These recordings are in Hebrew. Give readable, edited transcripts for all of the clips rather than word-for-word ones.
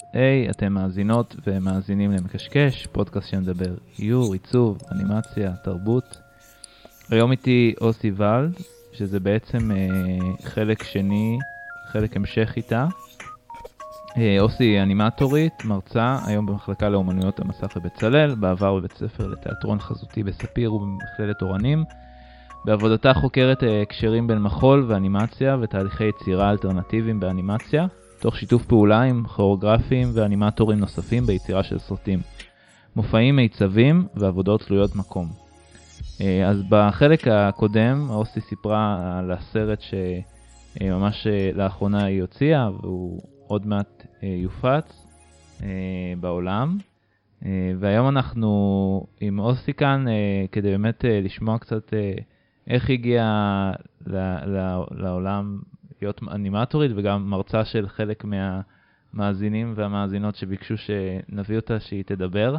היי, אתם מאזינות ומאזינים למקשקש, פודקאסט שמדבר איור, עיצוב, אנימציה, תרבות. היום איתי אוסי ולד, שזה בעצם חלק שני, חלק המשך איתה. אוסי היא אנימטורית, מרצה, היום במחלקה לאומנויות המסך בבצלאל, בעבר בבית ספר לתיאטרון חזותי בספיר ובמכללת אורנים. בעבודתה חוקרת הקשרים בין מחול ואנימציה ותהליכי יצירה אלטרנטיביים באנימציה, תוך שיתוף פעולה עם כוריאוגרפים ואנימטורים נוספים ביצירה של סרטים, מופעים מיצבים ועבודות תלויות מקום. אז בחלק הקודם, אוסי סיפרה על הסרט שממש לאחרונה היא הוציאה, והוא עוד מעט יופץ בעולם. והיום אנחנו עם אוסי כאן כדי באמת לשמוע קצת איך הגיעה לעולם להיות אנימטורית, וגם מרצה של חלק מהמאזינים והמאזינות שביקשו שנביא אותה שהיא תדבר.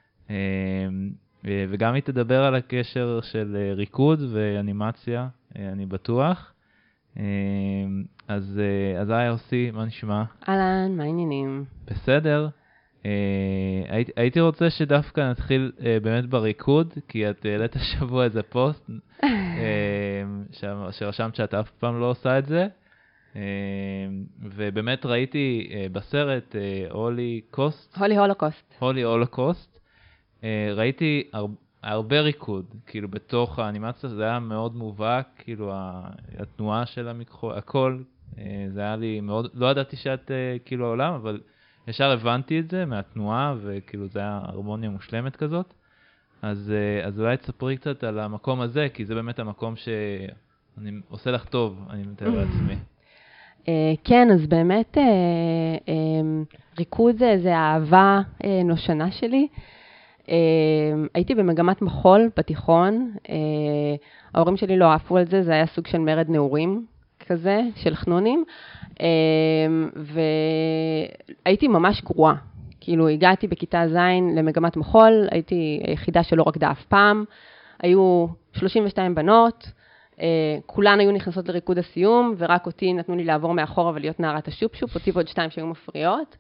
וגם היא תדבר על הקשר של ריקוד ואנימציה, אני בטוח. אז היי אוסי, מה נשמע? אהלן, מה העניינים? בסדר. הייתי רוצה שדווקא נתחיל באמת בריקוד, כי את העלית השבוע איזה פוסט שרשמת שאת אף פעם לא עושה את זה. ובאמת ראיתי בסרט הולי הולוקוסט, ראיתי הרבה ריקוד, כאילו בתוך האנימציה זה היה מאוד מובהק, כאילו התנועה של הכל, זה היה לי מאוד, לא ידעתי שאת כאילו העולם, אבל ישר הבנתי את זה מהתנועה, וכאילו זה היה הרמוניה מושלמת כזאת. אז אולי תספרי קצת על המקום הזה, כי זה באמת המקום שאני עושה לך טוב, אני מתאר לעצמי. כן, אז באמת ריקוד זה האהבה נושנה שלי. הייתי במגמת מחול בתיכון, ההורים שלי לא אהפו על זה, זה היה סוג של מרד נעורים כזה, של חנונים, והייתי ממש גרועה. כאילו הגעתי בכיתה ז' למגמת מחול, הייתי היחידה שלא רקדה אף פעם, היו 32 בנות, כולן היו נכנסות לריקוד הסיום, ורק אותי נתנו לי לעבור מאחורה ולהיות נערת השופשופ, אותי ועוד 2 שהיו מפריעות.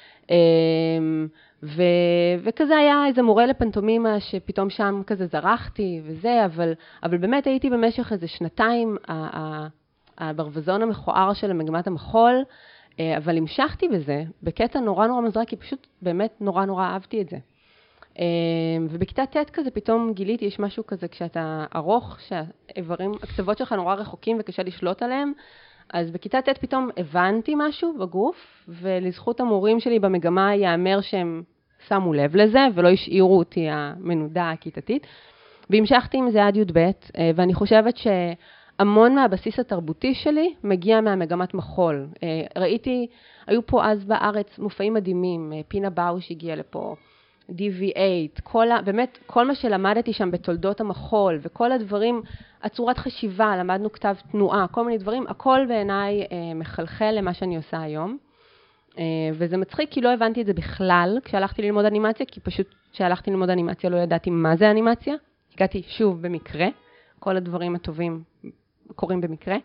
וכזה היה איזה מורה לפנטומימה שפתאום שם כזה זרחתי וזה, אבל באמת הייתי במשך איזה 2 הברווזון המכוער של מגמת המחול, אבל המשכתי בזה בקטע נורא נורא מזרק, כי פשוט באמת נורא נורא אהבתי את זה. ובכיתה ט' כזה פתאום גיליתי, יש משהו כזה כשאתה ארוך, שהאיברים, הקצוות שלך נורא רחוקים וקשה לשלוט עליהם, אז בכיתה ט' פתאום הבנתי משהו בגוף, ולזכות המורים שלי במגמה יאמר שהם שמו לב לזה, ולא השאירו אותי המנודה הכיתתית, והמשכתי עם זה עד י"ב, ואני חושבת שהמון מהבסיס התרבותי שלי מגיע מהמגמת מחול. ראיתי, היו פה אז בארץ מופעים מדהימים, פינה באוש הגיע לפה, DV8, באמת כל מה שלמדתי שם בתולדות המחול, וכל הדברים, הצורת חשיבה, למדנו כתב תנועה, כל מיני דברים, הכל בעיניי מחלחל למה שאני עושה היום. וזה מצחיק כי לא הבנתי את זה בכלל כשהלכתי ללמוד אנימציה, כי פשוט כשהלכתי ללמוד אנימציה לא ידעתי מה זה אנימציה. הגעתי שוב במקרה, כל הדברים הטובים קורים במקרה.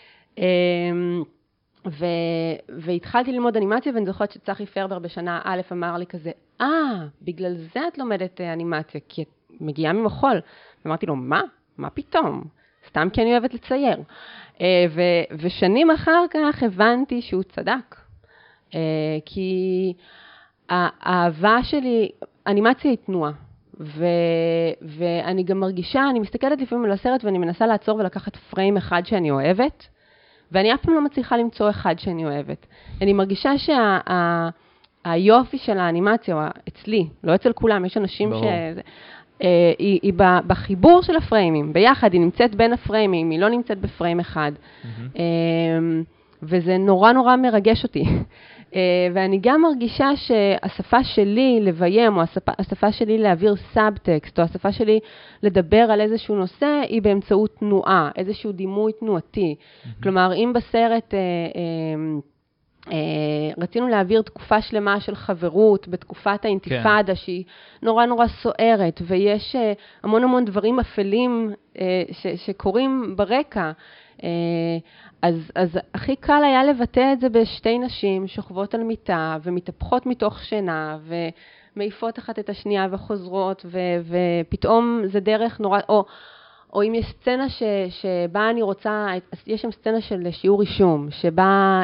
והתחלתי ללמוד אנימציה, ואני זוכרת שצחי פרבר בשנה א' אמר לי כזה, בגלל זה את לומדת אנימציה, כי את מגיעה ממחול. ואמרתי לו, מה פתאום? סתם כי אני אוהבת לצייר. ושנים אחר כך הבנתי שהוא צדק. כי האהבה שלי, אנימציה היא תנועה. ואני גם מרגישה, אני מסתכלת לפעמים על הסרט, ואני מנסה לעצור ולקחת פריים אחד שאני אוהבת, ואני אף פעם לא מצליחה למצוא אחד שאני אוהבת. אני מרגישה שהיופי של האנימציה, אצלי, לא אצל כולם, יש אנשים היא בחיבור של הפריימים, ביחד, היא נמצאת בין הפריימים, היא לא נמצאת בפריים אחד. וזה נורא נורא מרגש אותי. ואני גם מרגישה שהשפה שלי לביים, או השפה שלי להעביר סאבטקסט, או השפה שלי לדבר על איזשהו נושא, היא באמצעות תנועה, איזשהו דימוי תנועתי. כלומר, אם בסרט רצינו להעביר תקופה שלמה של חברות בתקופת האינתיפאדה, שהיא נורא נורא סוערת, ויש המון המון דברים אפלים שקורים ברקע. אז הכי קל היה לבטא את זה בשתי נשים שוכבות על מיטה ומתהפכות מתוך שינה ומעיפות אחת את השנייה וחוזרות, ופתאום זה דרך נורא, או אם יש סצנה שבה אני רוצה, יש שם סצנה של שיעור רישום, שבה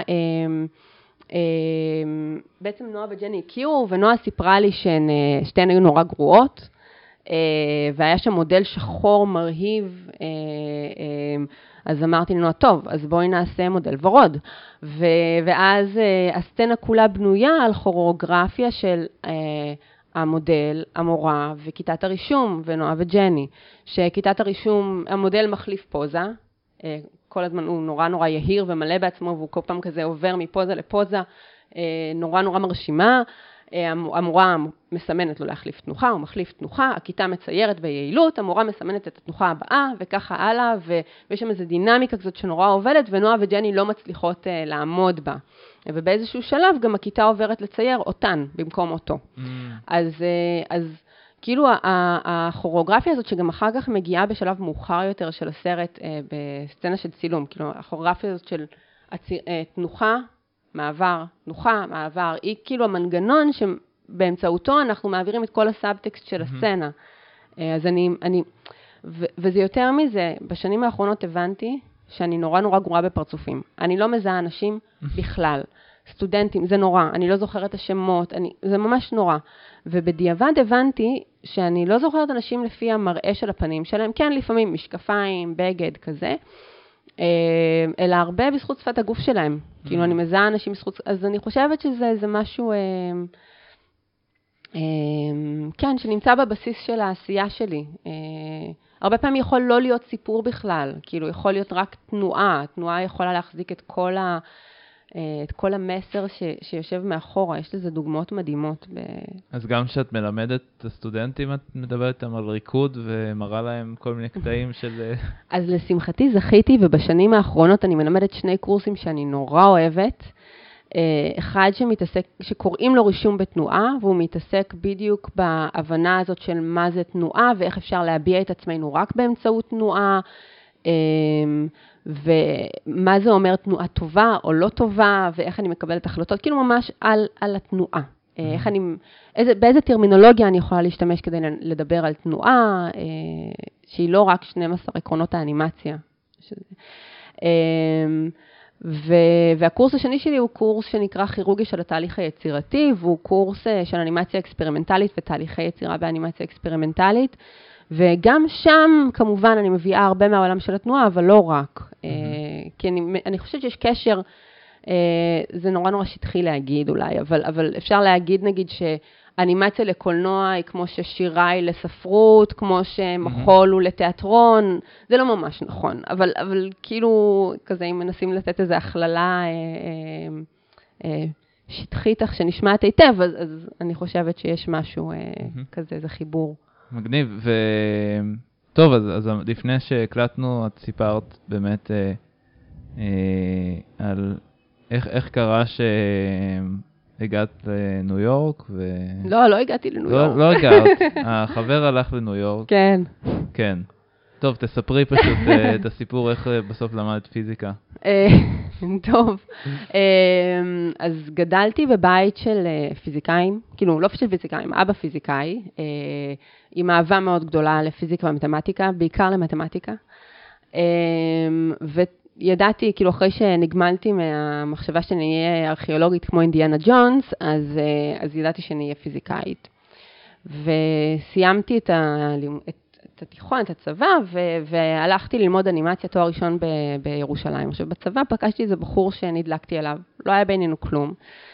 בעצם נועה וג'ני הכירו, ונועה סיפרה לי ששתיהן היו נורא גרועות, והיה שם מודל שחור מרהיב, אז אמרתי לנו, טוב, אז בואי נעשה מודל ורוד. ואז הסצנה כולה בנויה על כוריאוגרפיה של המודל, המורה וכיתת הרישום, ונועה וג'ני. שכיתת הרישום, המודל מחליף פוזה, כל הזמן הוא נורא נורא יהיר ומלא בעצמו, והוא כל פעם כזה עובר מפוזה לפוזה, נורא נורא מרשימה. המורה מסמנת לו להחליף תנוחה, הוא מחליף תנוחה, הכיתה מציירת ביעילות, המורה מסמנת את התנוחה הבאה, וככה הלאה, ויש שם איזו דינמיקה כזאת שנורא עובדת, ונועה וג'ני לא מצליחות לעמוד בה. ובאיזשהו שלב גם הכיתה עוברת לצייר אותן במקום אותו. אז כאילו הכוריאוגרפיה הזאת שגם אחר כך מגיעה בשלב מאוחר יותר של הסרט בסצנה של צילום, כאילו הכוריאוגרפיה הזאת של תנוחה, מעבר, תנוחה, מעבר, היא כאילו המנגנון שבאמצעותו אנחנו מעבירים את כל הסאבטקסט של הסצנה. אז וזה יותר מזה, בשנים האחרונות הבנתי שאני נורא נורא גרועה בפרצופים. אני לא מזהה אנשים בכלל. סטודנטים, זה נורא, אני לא זוכרת את השמות, זה ממש נורא. ובדיעבד הבנתי שאני לא זוכרת אנשים לפי המראה של הפנים שלהם, כן, לפעמים משקפיים, בגד, כזה, אלא הרבה בזכות שפת הגוף שלהם. כאילו אני מזהה אנשים בזכות, אז אני חושבת שזה משהו, כן, שנמצא בבסיס של העשייה שלי. הרבה פעמים יכול לא להיות סיפור בכלל, כאילו יכול להיות רק תנועה, התנועה יכולה להחזיק את כל המסר שיושב מאחורה, יש לזה דוגמאות מדהימות. אז גם כשאת מלמדת את הסטודנטים, את מדברת על ריקוד ומראה להם כל מיני קטעים של... אז לשמחתי זכיתי, ובשנים האחרונות אני מלמדת 2 קורסים שאני נורא אוהבת. אחד שקוראים לו רישום בתנועה, והוא מתעסק בדיוק בהבנה הזאת של מה זה תנועה, ואיך אפשר להביע את עצמנו רק באמצעות תנועה, ומה זה אומר תנועה טובה או לא טובה, ואיך אני מקבלת החלטות, כאילו ממש על התנועה. באיזה טרמינולוגיה אני יכולה להשתמש כדי לדבר על תנועה, שהיא לא רק 12 עקרונות האנימציה. והקורס השני שלי הוא קורס שנקרא כירורגיה של התהליך היצירתי, והוא קורס של אנימציה אקספרימנטלית ותהליכי יצירה באנימציה אקספרימנטלית, וגם שם כמובן אני מביאה הרבה מהעולם של התנועה, אבל לא רק. כי אני חושבת שיש קשר, זה נורא נורא שטחי להגיד אולי, אבל אפשר להגיד נגיד שאנימציה לקולנוע היא כמו ששירה היא לספרות, כמו שמחול הוא לתיאטרון, זה לא ממש נכון, אבל כאילו כזה אם מנסים לתת איזו הכללה שטחית שנשמעת היטב, אז אני חושבת שיש משהו כזה, איזה חיבור. מגניב, טוב, אז לפני שהקלטנו, את סיפרת באמת על איך קרה שהגעת לניו יורק. לא הגעתי לניו יורק. לא הגעת, החבר הלך לניו יורק. כן. כן. טוב, תספרי פשוט את הסיפור, איך בסוף למדת פיזיקה. טוב, אז גדלתי בבית של פיזיקאים, כאילו לא של פיזיקאים, אבא פיזיקאי, עם אהבה מאוד גדולה לפיזיקה ומתמטיקה, בעיקר למתמטיקה. וידעתי, כאילו אחרי שנגמלתי מהמחשבה שאני אהיה ארכיאולוגית כמו אינדיאנה ג'ונס, אז ידעתי שאני אהיה פיזיקאית. וסיימתי את התיכון, את הצבא, והלכתי ללמוד אנימציה תואר ראשון בירושלים. עכשיו, בצבא פגשתי איזה בחור שנדלקתי עליו, לא היה בינינו כלום,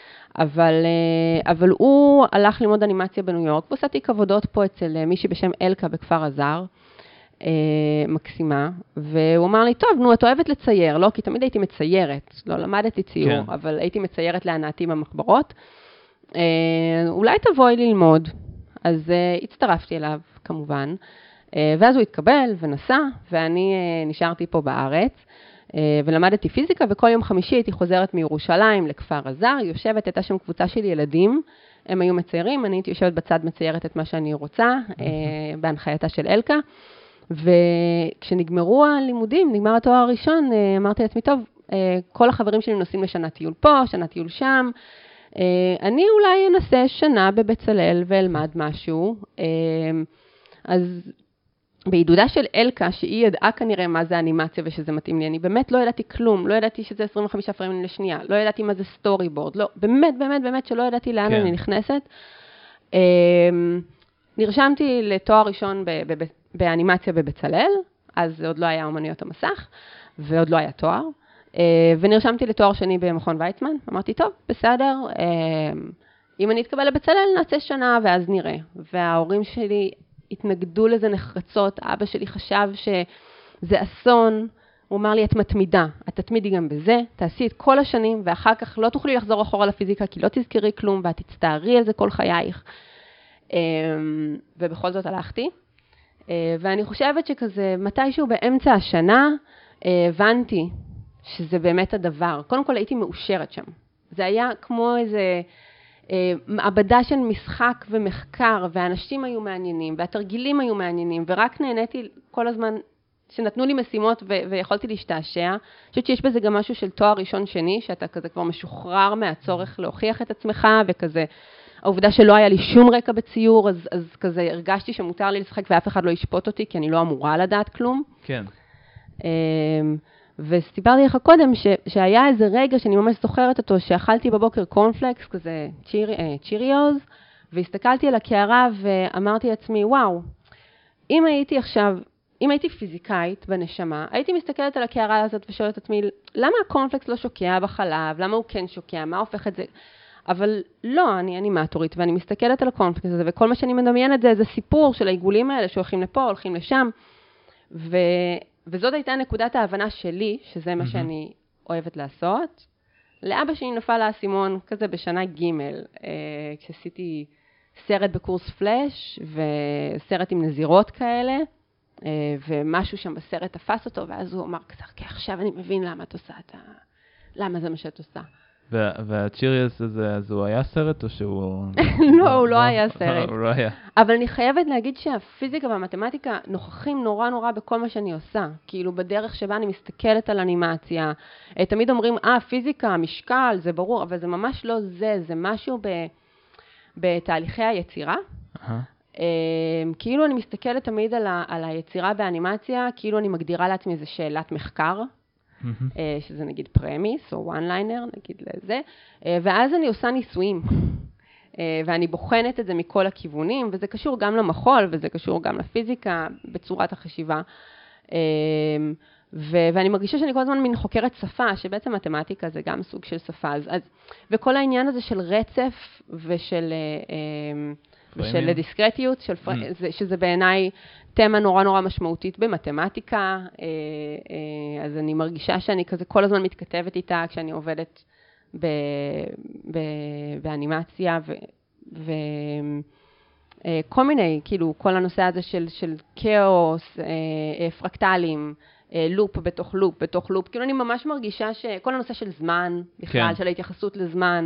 אבל הוא הלך ללמוד אנימציה בניו יורק, ועושה תיק עבודות פה אצל מישהי בשם אלקה בכפר עזר, מקסימה, והוא אמר לי, טוב, נו, את אוהבת לצייר, לא? כי תמיד הייתי מציירת, לא למדתי ציור, כן. אבל הייתי מציירת להנאתי במחברות. אולי תבואי ללמוד. אז הצטרפתי אליו, כמובן. ואז הוא התקבל ונסע, ואני נשארתי פה בארץ. ולמדתי פיזיקה, וכל יום חמישי הייתי חוזרת מירושלים לכפר עזר, יושבת, הייתה שם קבוצה של ילדים, הם היו מציירים, אני הייתי יושבת בצד מציירת את מה שאני רוצה, בהנחייתה של אלקה, וכשנגמרו הלימודים, נגמר התואר הראשון, אמרתי לעצמי, טוב, כל החברים שלי נוסעים לשנה טיול פה, שנה טיול שם, אני אולי אנסה שנה בבצלאל ואלמד משהו, אז בעידודה של אלקה, שהיא ידעה כנראה מה זה אנימציה ושזה מתאים לי, אני באמת לא ידעתי כלום, לא ידעתי שזה 25 פריימים לשנייה, לא ידעתי מה זה סטורי בורד, לא, באמת שלא ידעתי לאן אני נכנסת. נרשמתי לתואר ראשון באנימציה בבצלאל, אז עוד לא היה אומנויות המסך, ועוד לא היה תואר, ונרשמתי לתואר שני במכון ויצמן, אמרתי, טוב, בסדר, אם אני אתקבל לבצלאל, נעשה שנה ואז נראה. וההורים שלי התנגדו לזה נחרצות, אבא שלי חשב שזה אסון, הוא אמר לי, את מתמידה, את תתמידי גם בזה, תעשי את כל השנים, ואחר כך לא תוכלי לחזור אחורה לפיזיקה, כי לא תזכרי כלום, ואת תצטערי על זה כל חייך. ובכל זאת הלכתי. ואני חושבת שכזה, מתישהו באמצע השנה, הבנתי שזה באמת הדבר. קודם כל הייתי מאושרת שם. זה היה כמו איזה מעבדה של משחק ומחקר, והאנשים היו מעניינים, והתרגילים היו מעניינים, ורק נהניתי כל הזמן שנתנו לי משימות ויכולתי להשתעשע. אני חושבת שיש בזה גם משהו של תואר ראשון שני, שאתה כזה כבר משוחרר מהצורך להוכיח את עצמך, וכזה, העובדה שלא היה לי שום רקע בציור, אז כזה הרגשתי שמותר לי לשחק ואף אחד לא ישפוט אותי, כי אני לא אמורה לדעת כלום. כן. וסיפרתי לך קודם שהיה איזה רגע שאני ממש זוכרת אותו, שאכלתי בבוקר קורנפלקס, כזה צ'יריוז, והסתכלתי על הקערה ואמרתי לעצמי, וואו, אם הייתי פיזיקאית בנשמה, הייתי מסתכלת על הקערה הזאת ושואלת את עצמי, למה הקורנפלקס לא שוקע בחלב? למה הוא כן שוקע? מה הופך את זה? אבל לא, אני אנימטורית, ואני מסתכלת על הקורנפלקס הזה, וכל מה שאני מדמיינת זה סיפור של העיגולים האלה שהולכים לפה, הולכים לשם, וזאת הייתה נקודת ההבנה שלי, שזה מה שאני אוהבת לעשות. לאבא שלי נפל האסימון כזה בשנה ג' כשעשיתי סרט בקורס פלאש, וסרט עם נזירות כאלה, ומשהו שם בסרט תפס אותו, ואז הוא אמר כזה, כי עכשיו אני מבין למה את עושה למה זה מה שאת עושה. והצ'יריוס הזה, אז הוא היה סרט או שהוא... לא, הוא לא היה סרט. הוא לא היה. אבל אני חייבת להגיד שהפיזיקה והמתמטיקה נוכחים נורא בכל מה שאני עושה. כאילו בדרך שבה אני מסתכלת על אנימציה. תמיד אומרים, פיזיקה, משקל, זה ברור, אבל זה ממש לא זה. זה משהו בתהליכי היצירה. כאילו אני מסתכלת תמיד על היצירה באנימציה, כאילו אני מגדירה לעצמי איזו שאלת מחקר. שזה נגיד פרמיס או one liner, נגיד לזה, ואז אני עושה ניסויים, ואני בוחנת את זה מכל הכיוונים, וזה קשור גם למחול, וזה קשור גם לפיזיקה, בצורת החשיבה, ואני מרגישה שאני כל הזמן מין חוקרת שפה, שבעצם מתמטיקה זה גם סוג של שפה, וכל העניין הזה של רצף, ושל דיסקרטיות, שזה בעיניי תמה נורא משמעותית במתמטיקה, אז אני מרגישה שאני כזה כל הזמן מתכתבת איתה כשאני עובדת באנימציה, וכל מיני, כאילו כל הנושא הזה של כאוס, פרקטלים, לופ בתוך לופ, כאילו אני ממש מרגישה שכל הנושא של זמן, בכלל של ההתייחסות לזמן,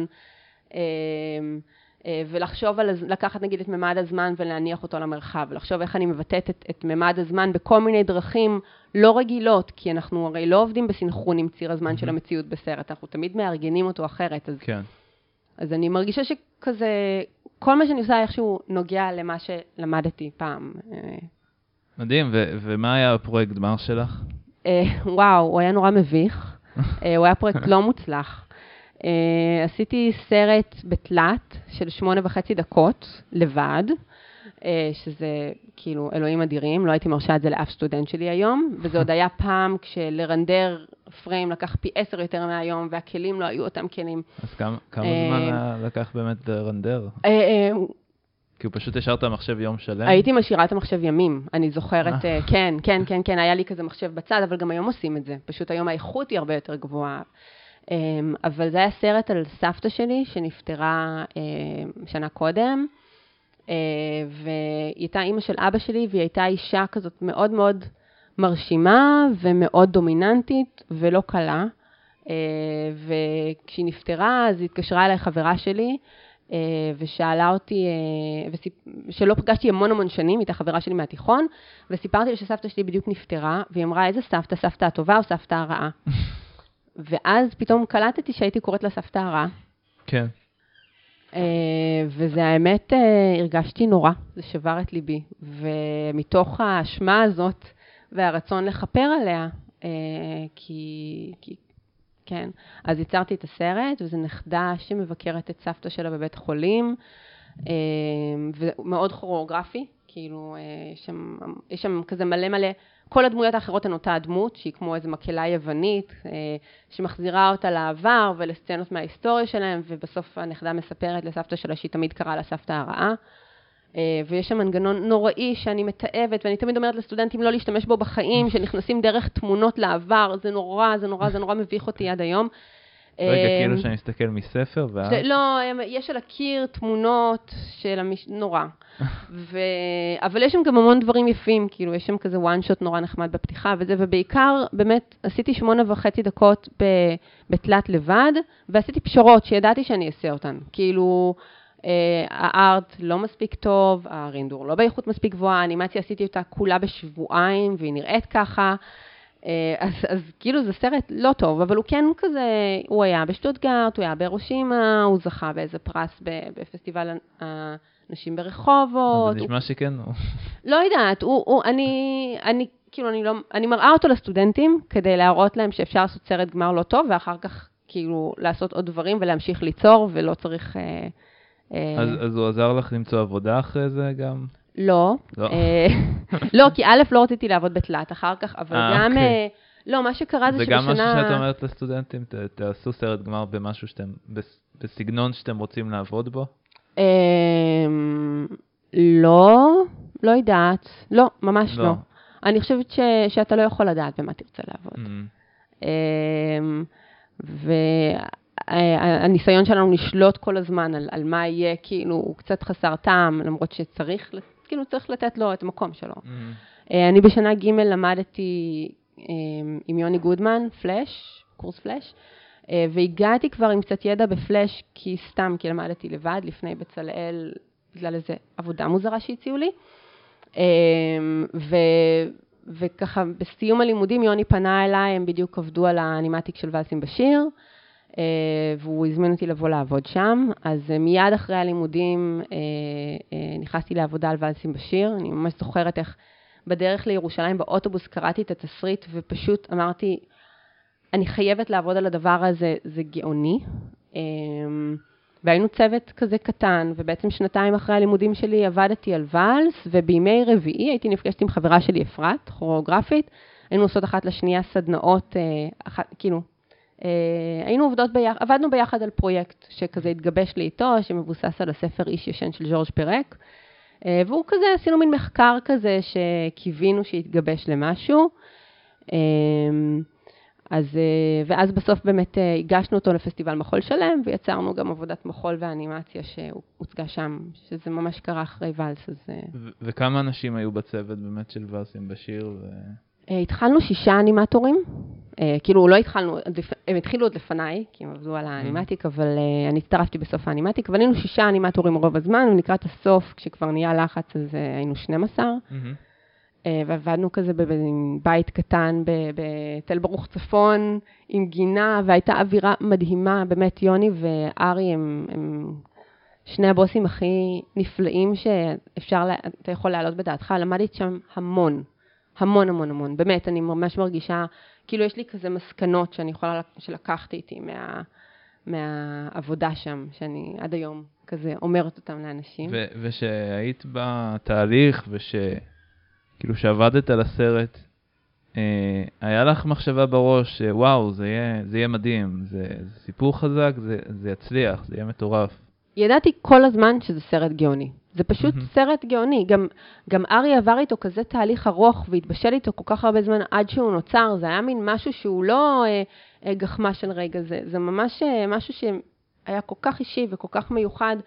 ולחשוב לקחת נגיד את ממד הזמן ולהניח אותו למרחב, ולחשוב איך אני מבטאת את ממד הזמן בכל מיני דרכים לא רגילות, כי אנחנו הרי לא עובדים בסינכרון עם ציר הזמן של המציאות בסרט, אנחנו תמיד מארגנים אותו אחרת, אז אני מרגישה שכזה, כל מה שאני עושה איכשהו נוגע למה שלמדתי פעם. מדהים, ומה היה הפרויקט גמר שלך? וואו, הוא היה נורא מביך, הוא היה פרויקט לא מוצלח. עשיתי סרט בתלת של 8.5 דקות לבד, שזה כאילו אלוהים אדירים, לא הייתי מרשה את זה לאף סטודנט שלי היום, וזה עוד היה פעם כשלרנדר פריים לקח פי 10 יותר מהיום, והכלים לא היו אותם כלים. אז כמה זמן לקח באמת לרנדר? כי הוא פשוט השאר את המחשב יום שלם? הייתי משאירה את המחשב ימים, אני זוכרת, כן, היה לי כזה מחשב בצד, אבל גם היום עושים את זה, פשוט היום האיכות היא הרבה יותר גבוהה. אבל זה היה סרט על סבתא שלי שנפטרה שנה קודם, והיא הייתה אימא של אבא שלי, והיא הייתה אישה כזאת מאוד מאוד מרשימה ומאוד דומיננטית ולא קלה. וכשהיא נפטרה, אז התקשרה אליי חברה שלי, ושאלה אותי, שלא פגשתי המון שנים, הייתה חברה שלי מהתיכון, וסיפרתי לה שסבתא שלי בדיוק נפטרה, והיא אמרה, איזה סבתא? סבתא הטובה או סבתא הרעה? ואז פתאום קלטתי שהייתי קוראת לה סבתא הרעה. כן. וזה האמת, הרגשתי נורא, זה שבר את ליבי. ומתוך האשמה הזאת והרצון לחפר עליה, כן, אז יצרתי את הסרט, וזה נכדה שמבקרת את סבתא שלה בבית חולים, ומאוד כוריאוגרפי, כאילו, יש שם כזה מלא, כל הדמויות האחרות הן אותה הדמות, שהיא כמו איזו מקהלה יוונית, שמחזירה אותה לעבר ולסצנות מההיסטוריה שלהם, ובסוף הנכדה מספרת לסבתא שלה שהיא תמיד קראה לה סבתא הרעה, ויש שם מנגנון נוראי שאני מתאהבת, ואני תמיד אומרת לסטודנטים לא להשתמש בו בחיים, שנכנסים דרך תמונות לעבר, זה נורא מביך אותי עד היום. רגע, כאילו שאני מסתכל מספר, ואז... לא, יש על הקיר תמונות של נורא. אבל יש שם גם המון דברים יפים, כאילו יש שם כזה one shot נורא נחמד בפתיחה וזה, ובעיקר באמת עשיתי 8.5 דקות בתלת לבד, ועשיתי פשרות שידעתי שאני אעשה אותן. כאילו... הארט לא מספיק טוב, הרינדור לא באיכות מספיק גבוהה, האנימציה עשיתי אותה כולה בשבועיים, והיא נראית ככה, אז כאילו זה סרט לא טוב, אבל הוא כן כזה, הוא היה בשטוטגרט, הוא היה בהירושימה, הוא זכה באיזה פרס בפסטיבל הנשים ברחובות. זה נשמע שכן. לא יודעת, אני מראה אותו לסטודנטים, כדי להראות להם שאפשר לעשות סרט גמר לא טוב, ואחר כך כאילו לעשות עוד דברים ולהמשיך ליצור, ולא צריך... אז הוא עזר לך למצוא עבודה אחרי זה גם? לא. לא, כי א' לא רציתי לעבוד בתלת אחר כך, אבל גם... לא, מה שקרה זה שבשנה... זה גם משהו שאת אומרת לסטודנטים, תעשו סרט גמר במשהו שאתם, בסגנון שאתם רוצים לעבוד בו? לא יודעת. לא, ממש לא. אני חושבת שאתה לא יכול לדעת במה תרצה לעבוד. הניסיון שלנו לשלוט כל הזמן על מה יהיה, כאילו, הוא קצת חסר טעם, למרות שצריך, כאילו, צריך לתת לו את המקום שלו. אני בשנה ג' למדתי עם יוני גודמן, פלאש, קורס פלאש, והגעתי כבר עם קצת ידע בפלאש, כי למדתי לבד, לפני בצלאל, בגלל איזו עבודה מוזרה שהציעו לי. וככה, בסיום הלימודים, יוני פנה אליי, הם בדיוק עבדו על האנימטיק של ולסים בשיר, והוא הזמין אותי לבוא לעבוד שם, אז מיד אחרי הלימודים נכנסתי לעבודה על ולסים בשיר, אני ממש זוכרת איך בדרך לירושלים באוטובוס קראתי את התסריט, ופשוט אמרתי, אני חייבת לעבוד על הדבר הזה, זה גאוני, והיינו צוות כזה קטן, ובעצם שנתיים אחרי הלימודים שלי עבדתי על ולס, ובימי רביעי הייתי נפגשת עם חברה שלי אפרת, כוריאוגרפית, היינו עושות אחת לשנייה סדנאות, כאילו, עבדנו ביחד על פרויקט שכזה התגבש לי איתו, שמבוסס על הספר איש ישן של ז'ורג' פרק, והוא כזה, עשינו מין מחקר כזה שקיווינו שהתגבש למשהו, ואז בסוף באמת הגשנו אותו לפסטיבל מחול שלם, ויצרנו גם עבודת מחול ואנימציה שהוצגה שם, שזה ממש קרה אחרי ולס. וכמה אנשים היו בצוות באמת של ולסים בשיר? התחלנו 6 אנימטורים, כאילו לא התחלנו, הם התחילו עוד לפניי, כי הם עבדו על האנימטיק, אבל אני הצטרפתי בסוף האנימטיק, אבל היינו 6 אנימטורים רוב הזמן, ולקראת הסוף, כשכבר נהיה לחץ, אז היינו 12, ועבדנו כזה בבית קטן בתל ברוך צפון, עם גינה, והייתה אווירה מדהימה, באמת יוני וארי הם שני הבוסים הכי נפלאים שאתה יכול להעלות בדעתך, למדתי שם המון, באמת, אני ממש מרגישה, כאילו יש לי כזה מסקנות שאני יכולה, שלקחתי איתי מהעבודה שם, שאני עד היום כזה אומרת אותם לאנשים. ושהיית בתהליך, כאילו שעבדת על הסרט, היה לך מחשבה בראש, וואו, זה יהיה מדהים, זה סיפור חזק, זה יצליח, זה יהיה מטורף. ידעתי כל הזמן שזה סרט גאוני. זה פשוט סרט גאוני. גם ארי עבר איתו כזה תהליך ארוך, והתבשל איתו כל כך הרבה זמן עד שהוא נוצר. זה היה מין משהו שהוא לא גחמה של רגע. זה ממש משהו שהיה כל כך אישי וכל כך מיוחד.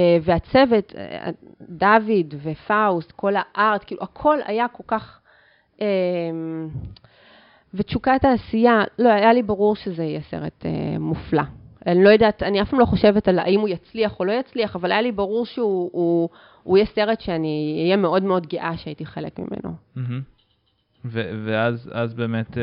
והצוות, דוד ופאוסט, כל הארט, כאילו הכל היה כל כך ותשוקת העשייה, לא, היה לי ברור שזה יהיה סרט מופלא. אני לא יודעת, אני אף פעם לא חושבת על האם הוא יצליח או לא יצליח, אבל היה לי ברור שהוא יהיה סרט שאני אהיה מאוד מאוד גאה שהייתי חלק ממנו. ואז באמת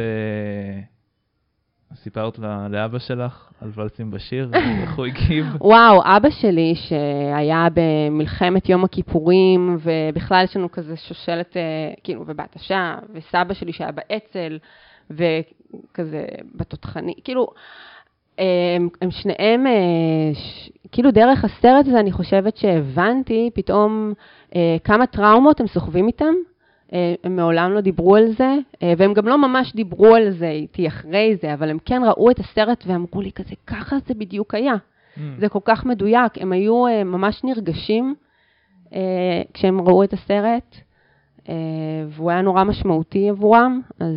סיפרת לאבא שלך על ולסים בשיר, איך הוא הגיב? וואו, אבא שלי שהיה במלחמת יום הכיפורים, ובכלל יש לנו כזה שושלת, כאילו, ובהתשה, וסבא שלי שהיה באצל, וכזה בתותחני, כאילו, הם שניהם, כאילו דרך הסרט הזה אני חושבת שהבנתי פתאום כמה טראומות הם סוחבים איתם, הם מעולם לא דיברו על זה, והם גם לא ממש דיברו על זה איתי אחרי זה, אבל הם כן ראו את הסרט ואמרו לי כזה, ככה זה בדיוק היה. זה כל כך מדויק, הם היו ממש נרגשים כשהם ראו את הסרט, והוא היה נורא משמעותי עבורם,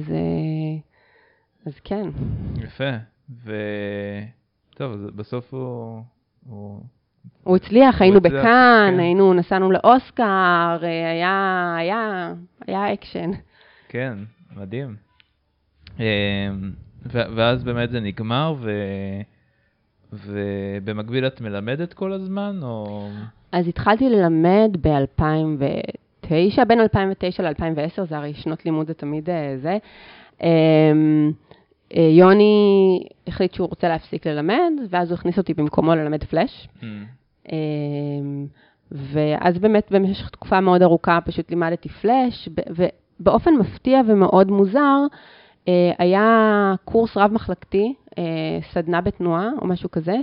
אז כן. יפה. טוב, בסוף הוא הצליח, היינו בכאן, נסענו לאוסקר, היה אקשן. כן, מדהים. ואז באמת זה נגמר, ובמקביל את מלמדת כל הזמן, או? אז התחלתי ללמד ב-2009, בין 2009 ל-2010, זה הרי שנות לימוד זה תמיד זה. יוני החליט שהוא רוצה להפסיק ללמד, ואז הוא הכניס אותי במקומו ללמד פלאש. ואז באמת במשך תקופה מאוד ארוכה פשוט לימדתי פלאש, ובאופן מפתיע ומאוד מוזר, היה קורס רב-מחלקתי, סדנה בתנועה או משהו כזה,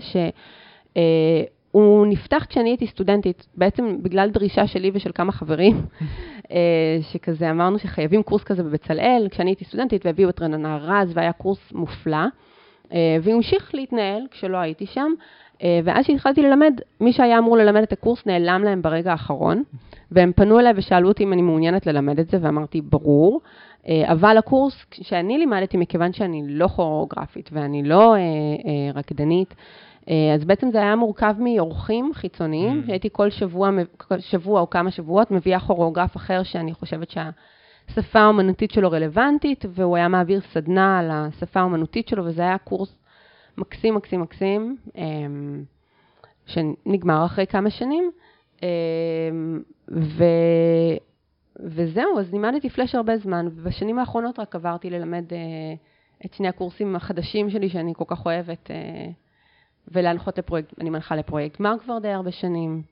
שהוא נפתח כשאני הייתי סטודנטית, בעצם בגלל דרישה שלי ושל כמה חברים, שכזה אמרנו שחייבים קורס כזה בבצלאל, כשאני הייתי סטודנטית והביאו את רננה רז, והיה קורס מופלא, והוא המשיך להתנהל כשלא הייתי שם, ואז שהתחלתי ללמד, מי שהיה אמור ללמד את הקורס נעלם להם ברגע האחרון, והם פנו אליי ושאלו אותי אם אני מעוניינת ללמד את זה, ואמרתי ברור, אבל הקורס שאני לימדתי, מכיוון שאני לא כוריאוגרפית ואני לא רקדנית, אז בעצם זה היה מורכב מאורחים חיצוניים, שהייתי כל שבוע או כמה שבועות מביאה כוריאוגרף אחר שאני חושבת שהשפה האומנותית שלו רלוונטית, והוא היה מעביר סדנה על השפה האומנותית שלו, וזה היה קורס מקסים, מקסים, מקסים, שנגמר אחרי כמה שנים, וזהו, אז לימדתי פלאש הרבה זמן, ובשנים האחרונות רק עברתי ללמד את שני הקורסים החדשים שלי, שאני כל כך אוהבת, ולהנחות לפרויקט, אני מנחה לפרויקט מר כבר די הרבה שנים.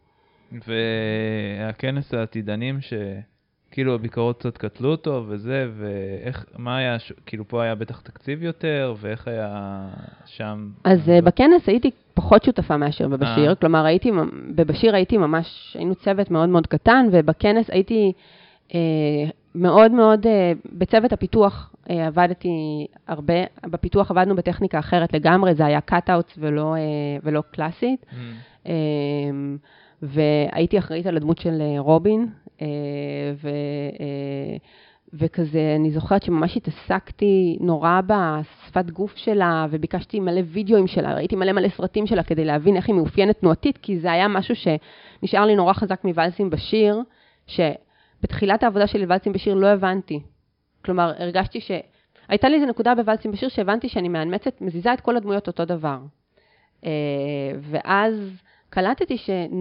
והכנס העתידנים שכאילו הביקורות קצת קטלו אותו וזה, ואיך, מה היה, כאילו פה היה בטח תקציב יותר, ואיך היה שם? אז בכנס הייתי פחות שותפה מאשר בבשיר, כלומר בבשיר הייתי ממש, היינו צוות מאוד מאוד קטן, ובכנס הייתי מאוד מאוד, בצוות הפיתוח עבדתי הרבה, בפיתוח עבדנו בטכניקה אחרת לגמרי, זה היה cut-outs ולא קלאסית, והייתי אחראית על הדמות של רובין, וכזה, אני זוכרת שממש התעסקתי נורא בשפת גוף שלה, וביקשתי מלא וידאוים שלה, ראיתי מלא סרטים שלה כדי להבין איך היא מאופיינת תנועתית, כי זה היה משהו שנשאר לי נורא חזק מוולסים בשיר, שבתחילת העבודה שלי וולסים בשיר לא הבנתי. כלומר, הרגשתי הייתה לי איזו נקודה בוולסים בשיר שהבנתי שאני מאמצת, מזיזה את כל הדמויות אותו דבר. ואז קלטתי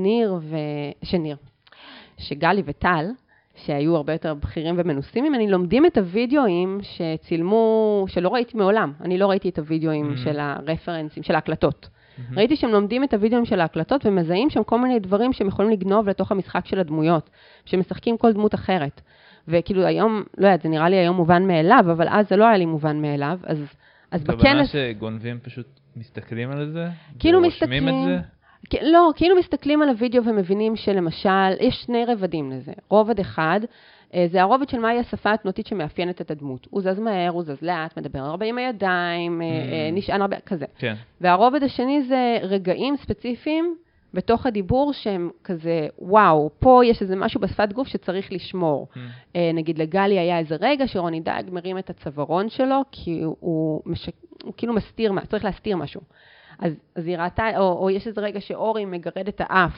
שגלי וטל, שהיו הרבה יותר בכירים ומנוסים ממני, לומדים את הוידאוים שצילמו, שלא ראיתי מעולם. אני לא ראיתי את הוידאוים של הרפרנסים, של ההקלטות. ראיתי שהם לומדים את הוידאוים של ההקלטות ומזהים שם כל מיני דברים שהם יכולים לגנוב לתוך המשחק של הדמויות, שמשחקים כל דמות אחרת. וכאילו היום, לא יודעת, זה נראה לי היום מובן מאליו, אבל אז זה לא היה לי מובן מאליו, אז בכנס... כוונה שגונבים פשוט מסתכלים על זה? כאילו מסתכלים... לא, כאילו מסתכלים על הוידאו ומבינים שלמשל, יש שני רבדים לזה. רובד אחד, זה הרובד של מהי השפה התנועתית שמאפיינת את הדמות. הוא זז מהר, הוא זז לאט, מדבר הרבה עם הידיים, נשען הרבה, כזה. כן. והרובד השני זה רגעים ספציפיים בתוך הדיבור שהם כזה, וואו, פה יש איזה משהו בשפת גוף שצריך לשמור. נגיד לגלי היה איזה רגע שרוני דייג מרים את הצווארון שלו, כי הוא כאילו צריך להסתיר משהו. אז היא ראתה, או יש איזה רגע שאורי מגרד את האף,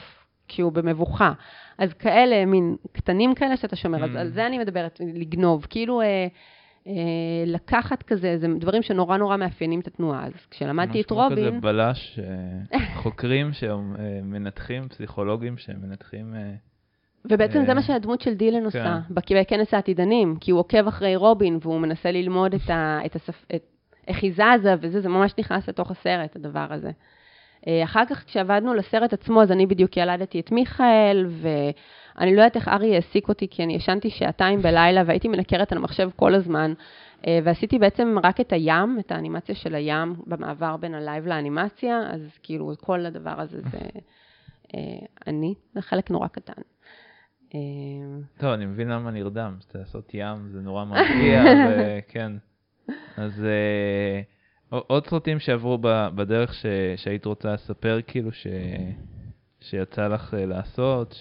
כשהוא במבוכה. אז כאלה, מין קטנים כאלה שאתה שומר, אז על זה אני מדברת, לגנוב, כאילו לקחת כזה, זה דברים שנורא נורא מאפיינים את התנועה. אז כשלמדתי את רובין... כזה בלש, חוקרים שמנתחים, פסיכולוגים שמנתחים... ובעצם זה מה שהדמות של דילן עושה, בכנס העתידנים, כי הוא עוקב אחרי רובין, והוא מנסה ללמוד איך היא זזה, וזה ממש נכנס לתוך הסרט, הדבר הזה. אחר כך, כשעבדנו לסרט עצמו, אז אני בדיוק ילדתי את מיכאל, ואני לא יודעת איך ארי העסיק אותי, כי אני ישנתי 2 שעות בלילה, והייתי מנקרת על המחשב כל הזמן, ועשיתי בעצם רק את הים, את האנימציה של הים, במעבר בין הלייב לאנימציה, אז כאילו כל הדבר הזה זה אני, זה חלק נורא קטן. טוב, אני מבין למה נרדם, לעשות ים זה נורא מרגיע, וכן. אז עוד סרטים שעברו בדרך שהיית רוצה לספר, כאילו שיצא לך לעשות,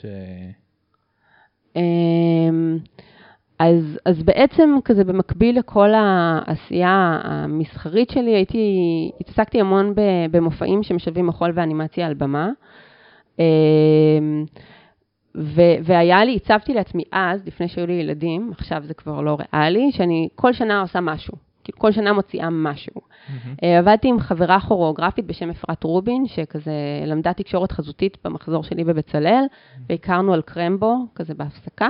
אז בעצם כזה במקביל לכל העשייה המסחרית שלי, התעסקתי המון במופעים שמשלבים מחול ואנימציה על במה, הצבתי לעצמי אז, לפני שהיו לי ילדים, עכשיו זה כבר לא ריאלי, שאני כל שנה עושה משהו, כל שנה מוציאה משהו. עבדתי עם חברה כוריאוגרפית בשם אפרת רובין, שכזה למדה תקשורת חזותית במחזור שלי בבצלאל, והכרנו על קרמבו, כזה בהפסקה,